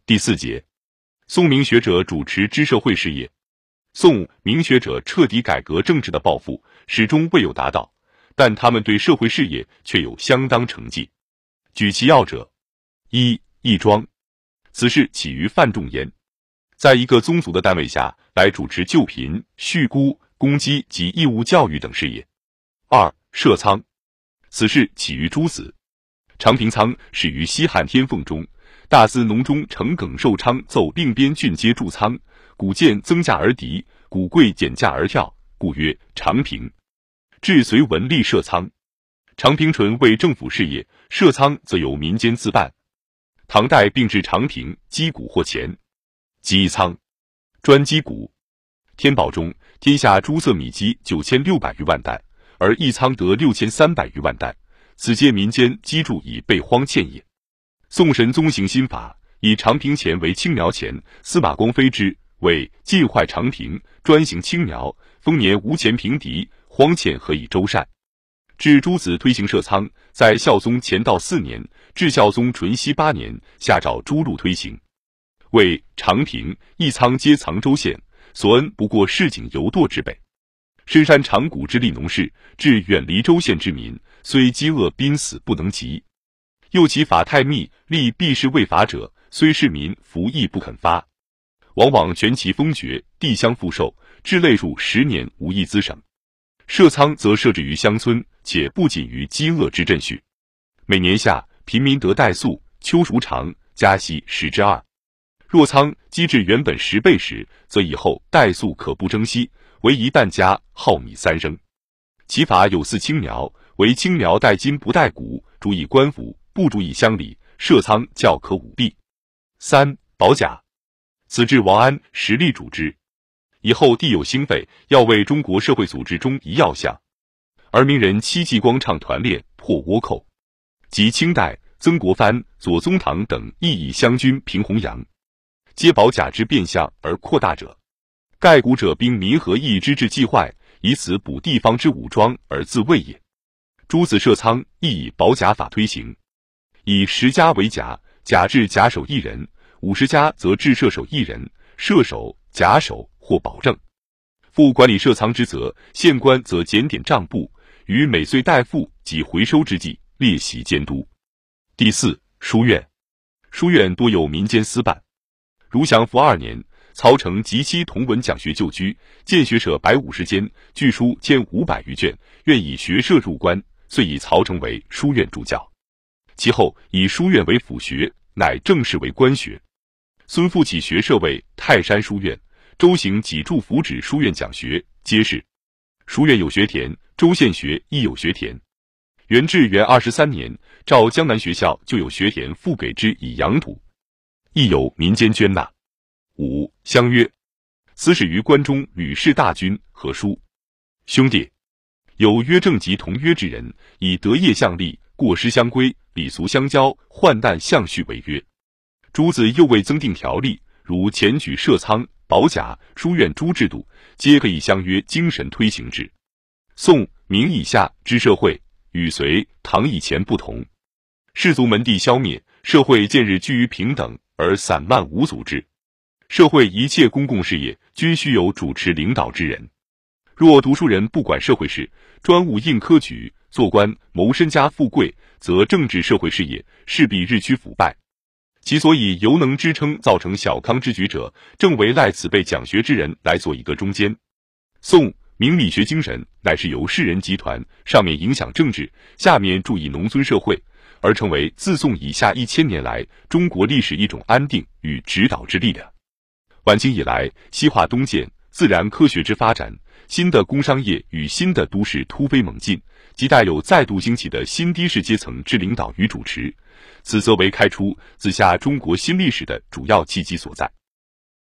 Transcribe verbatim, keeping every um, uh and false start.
第四节，宋明学者主持知社会事业。宋明学者彻底改革政治的抱负始终未有达到，但他们对社会事业却有相当成绩。举其要者：一、义庄。此事起于范仲淹，在一个宗族的单位下来主持救贫、恤孤、公鸡及义务教育等事业。二、设仓。此事起于朱子。长平仓始于西汉天凤中，大司农中程耿寿昌奏令边郡皆筑仓，谷贱增价而敌，谷贵减价而跳，故曰长平。至隋文立设仓。长平纯为政府事业，设仓则由民间自办。唐代并置长平积谷或钱。积仓，专积谷。天宝中，天下诸色米积九千六百余万担，而一仓得六千三百余万担，此皆民间积筑以备荒欠也。宋神宗行新法，以长平钱为青苗钱，司马光非之，为尽坏长平，专行青苗，丰年无钱平敌，荒欠何以周善？至朱子推行设仓，在孝宗乾道四年至孝宗淳熙八年，下诏诸路推行。为长平、义仓皆藏州县，所恩不过市井游堕之辈。深山长谷之利农事，至远离州县之民，虽饥饿濒死不能及。又其法太密，立避世未法者，虽市民服役不肯发，往往全其封爵，地相复授，至累数十年无一滋省。设仓则设置于乡村，且不仅于饥饿之镇序。每年夏，贫民得袋粟，秋熟长，加息十之二。若仓积至原本十倍时，则以后袋粟可不征息，唯一担家耗米三升。其法有似青苗，为青苗带金不带谷，主以官府，不主以乡里，设仓较可舞弊。三、保甲。此至王安实力主之。以后地有兴废，要为中国社会组织中一要项，而名人戚继光倡团练破倭寇，及清代曾国藩、左宗棠等亦以湘军平洪阳，皆保甲之变相而扩大者。盖古者兵民合议之志既坏，以此补地方之武装而自卫也。诸子设仓亦以保甲法推行，以十家为甲，甲制甲守一人；五十家则制射手一人，射手、甲守或保证。负管理设仓之责，县官则检点账簿，于每岁代付及回收之际列席监督。第四，书院。书院多有民间私办。如祥符二年，曹承及其同文讲学旧居，建学舍百五十间，据书千五百余卷，愿以学社入关，遂以曹承为书院助教。其后以书院为辅学，乃正式为官学。孙复起学社为泰山书院，周行几著辅旨书院讲学，皆是。书院有学田，州县学亦有学田。元至元二十三年，赵江南学校就有学田复给之以养土，亦有民间捐纳。五、相约。此始于关中吕氏大军和书兄弟，有约正及同约之人，以德业相立，过失相规，礼俗相交，患难相续为约。诸子又未增定条例，如前举设仓、保甲、书院诸制度，皆可以相约精神推行之。宋、明以下之社会，与隋、唐以前不同。士族门第消灭，社会渐日趋于平等，而散漫无组织。社会一切公共事业均须有主持领导之人。若读书人不管社会事，专务应科举，做官谋身家富贵，则政治社会事业势必日趋腐败。其所以犹能支撑造成小康之举者，正为赖此辈讲学之人来做一个中间。宋明理学精神乃是由士人集团，上面影响政治，下面注意农村社会，而成为自宋以下一千年来中国历史一种安定与指导之力量。晚清以来，西化东渐，自然科学之发展，新的工商业与新的都市突飞猛进，即带有再度兴起的新的士阶层之领导与主持，此则为开出自下中国新历史的主要契机所在。